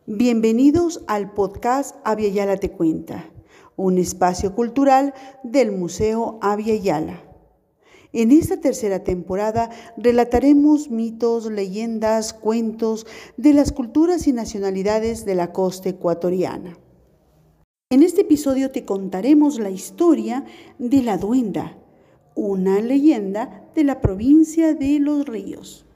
Bienvenidos al podcast Abya Yala Te Cuenta, un espacio cultural del Museo Abya Yala. En esta tercera temporada relataremos mitos, leyendas, cuentos de las culturas y nacionalidades de la costa ecuatoriana. En este episodio te contaremos la historia de la duenda, una leyenda de la provincia de Los Ríos.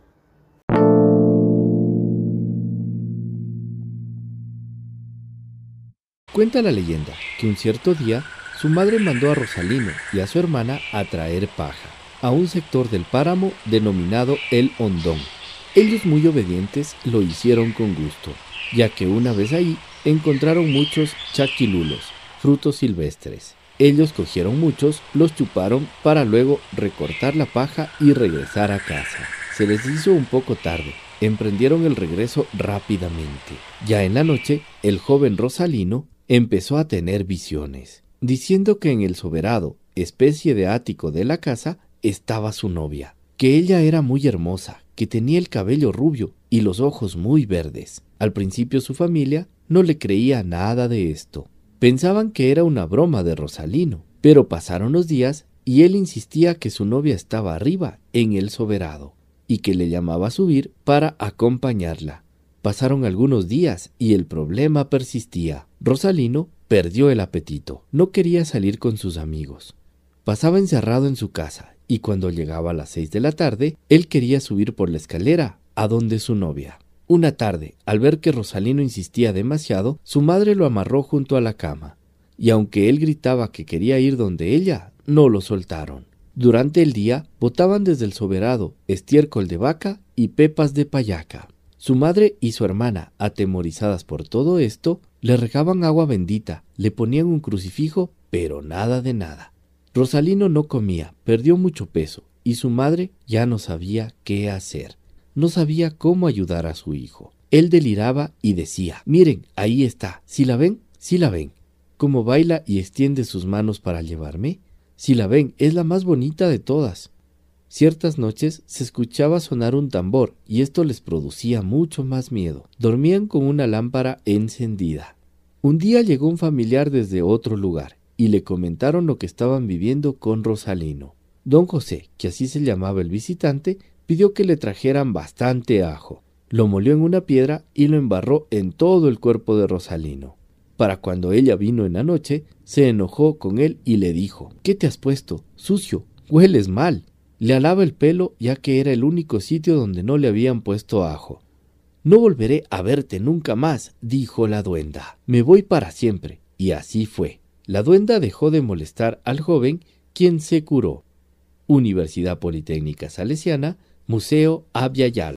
Cuenta la leyenda que un cierto día su madre mandó a Rosalino y a su hermana a traer paja a un sector del páramo denominado El Hondón. Ellos, muy obedientes, lo hicieron con gusto, ya que una vez ahí encontraron muchos chaquilulos, frutos silvestres. Ellos cogieron muchos, los chuparon para luego recortar la paja y regresar a casa. Se les hizo un poco tarde. Emprendieron el regreso rápidamente. Ya en la noche, el joven Rosalino empezó a tener visiones, diciendo que en el soberado, especie de ático de la casa, estaba su novia, que ella era muy hermosa, que tenía el cabello rubio y los ojos muy verdes. Al principio su familia no le creía nada de esto. Pensaban que era una broma de Rosalino, pero pasaron los días y él insistía que su novia estaba arriba, en el soberado, y que le llamaba a subir para acompañarla. Pasaron algunos días y el problema persistía. Rosalino perdió el apetito. No quería salir con sus amigos. Pasaba encerrado en su casa y cuando llegaba a las 6 de la tarde, él quería subir por la escalera a donde su novia. Una tarde, al ver que Rosalino insistía demasiado, su madre lo amarró junto a la cama. Y aunque él gritaba que quería ir donde ella, no lo soltaron. Durante el día, botaban desde el soberado estiércol de vaca y pepas de payaca. Su madre y su hermana, atemorizadas por todo esto, le regaban agua bendita, le ponían un crucifijo, pero nada de nada. Rosalino no comía, perdió mucho peso, y su madre ya no sabía qué hacer. No sabía cómo ayudar a su hijo. Él deliraba y decía: «Miren, ahí está, ¿sí la ven? ¿Sí la ven? ¿Cómo baila y extiende sus manos para llevarme? Si la ven, es la más bonita de todas». Ciertas noches se escuchaba sonar un tambor y esto les producía mucho más miedo. Dormían con una lámpara encendida. Un día llegó un familiar desde otro lugar y le comentaron lo que estaban viviendo con Rosalino. Don José, que así se llamaba el visitante, pidió que le trajeran bastante ajo. Lo molió en una piedra y lo embarró en todo el cuerpo de Rosalino. Para cuando ella vino en la noche, se enojó con él y le dijo: «¿Qué te has puesto? Sucio, hueles mal». Le alaba el pelo, ya que era el único sitio donde no le habían puesto ajo. «No volveré a verte nunca más», dijo la duenda. «Me voy para siempre». Y así fue. La duenda dejó de molestar al joven, quien se curó. Universidad Politécnica Salesiana, Museo Abya Yala.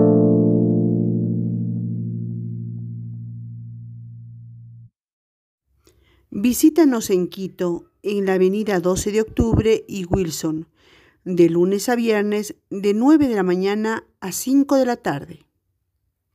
Visítanos en Quito, en la avenida 12 de octubre y Wilson, de lunes a viernes de 9 de la mañana a 5 de la tarde.